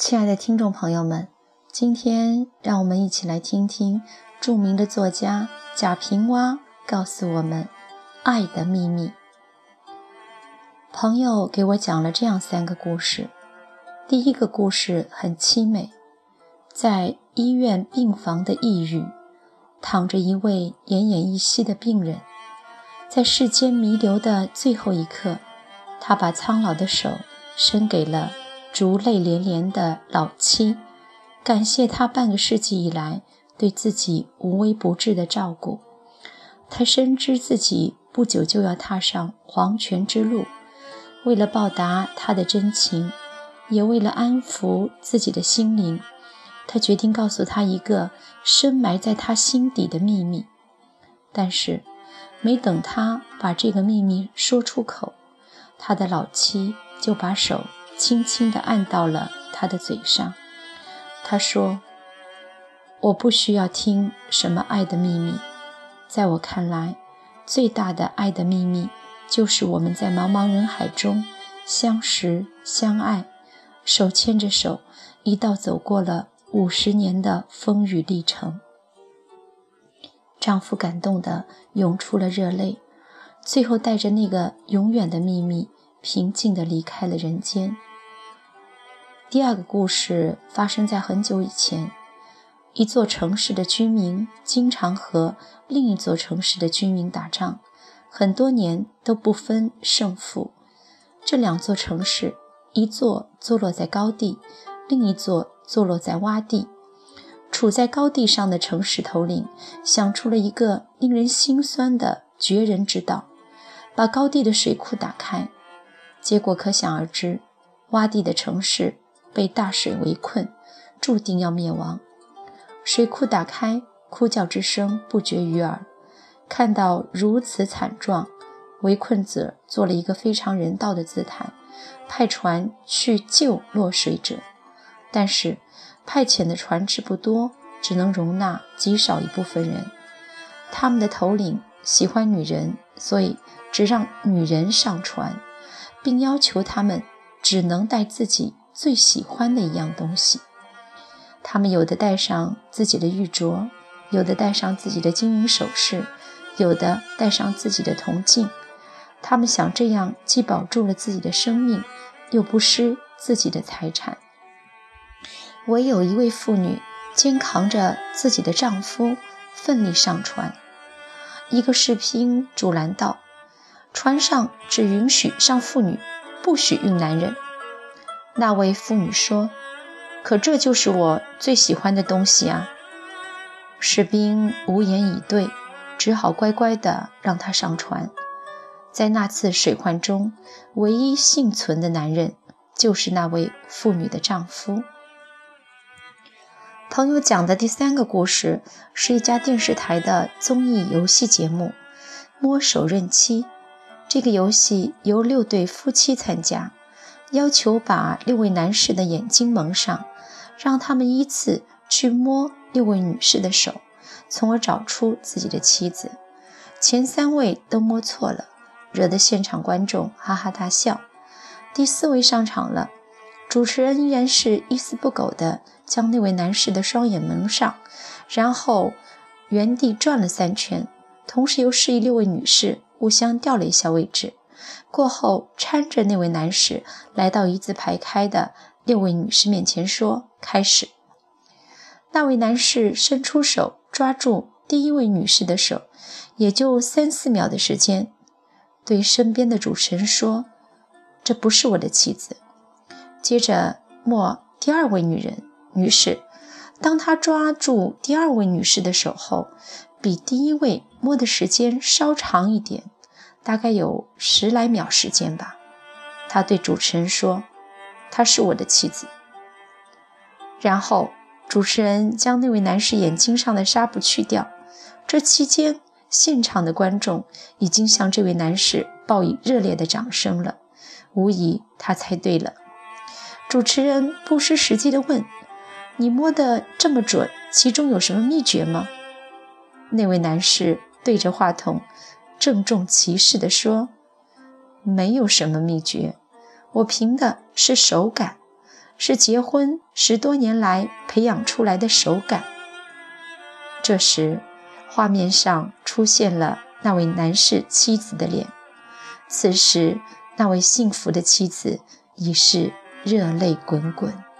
亲爱的听众朋友们，今天让我们一起来听听著名的作家贾平凹告诉我们爱的秘密。朋友给我讲了这样3个故事。第一个故事很凄美，在医院病房的抑郁，躺着一位奄奄一息的病人，在世间弥留的最后一刻，他把苍老的手伸给了逐泪连连的老妻，感谢他半个世纪以来对自己无微不至的照顾。他深知自己不久就要踏上黄泉之路，为了报答他的真情，也为了安抚自己的心灵，他决定告诉他一个深埋在他心底的秘密。但是没等他把这个秘密说出口，他的老妻就把手轻轻地按到了他的嘴上。他说，我不需要听什么爱的秘密，在我看来，最大的爱的秘密就是我们在茫茫人海中相识相爱，手牵着手一道走过了50年的风雨历程。丈夫感动地涌出了热泪，最后带着那个永远的秘密平静地离开了人间。第二个故事发生在很久以前，一座城市的居民经常和另一座城市的居民打仗，很多年都不分胜负。这2座城市，一座坐落在高地，另一座坐落在洼地。处在高地上的城市头领想出了一个令人心酸的绝人之道，把高地的水库打开。结果可想而知，洼地的城市被大水围困，注定要灭亡。水库打开，哭叫之声不绝于耳。看到如此惨状，围困者做了一个非常人道的姿态，派船去救落水者。但是派遣的船只不多，只能容纳极少一部分人。他们的头领喜欢女人，所以只让女人上船，并要求他们只能带自己最喜欢的一样东西。他们有的带上自己的玉镯，有的带上自己的金银首饰，有的带上自己的铜镜。他们想这样既保住了自己的生命，又不失自己的财产。唯有一位妇女肩扛着自己的丈夫奋力上船。一个士兵阻拦道，船上只允许上妇女，不许运男人。那位妇女说，可这就是我最喜欢的东西啊。士兵无言以对，只好乖乖地让她上船。在那次水患中，唯一幸存的男人就是那位妇女的丈夫。朋友讲的第3个故事是一家电视台的综艺游戏节目，摸手认妻。这个游戏由6对夫妻参加，要求把6位男士的眼睛蒙上，让他们依次去摸6位女士的手，从而找出自己的妻子。前3位都摸错了，惹得现场观众哈哈大笑。第4位上场了，主持人依然是一丝不苟地将那位男士的双眼蒙上，然后原地转了3圈，同时又示意6位女士互相调了一下位置。过后搀着那位男士来到一字排开的6位女士面前说，开始。那位男士伸出手抓住第1位女士的手，也就3-4秒的时间，对身边的主持人说，这不是我的妻子。接着摸第2位女士，当他抓住第2位女士的手后，比第1位摸的时间稍长一点，大概有10来秒时间吧。他对主持人说，她是我的妻子。然后主持人将那位男士眼睛上的纱布去掉，这期间现场的观众已经向这位男士报以热烈的掌声了，无疑他猜对了。主持人不失时机地问，你摸得这么准，其中有什么秘诀吗？那位男士对着话筒郑重其事地说，没有什么秘诀，我凭的是手感， 是结婚10多年来培养出来的手感。这时，画面上出现了那位男士妻子的脸，此时那位幸福的妻子已是热泪滚滚。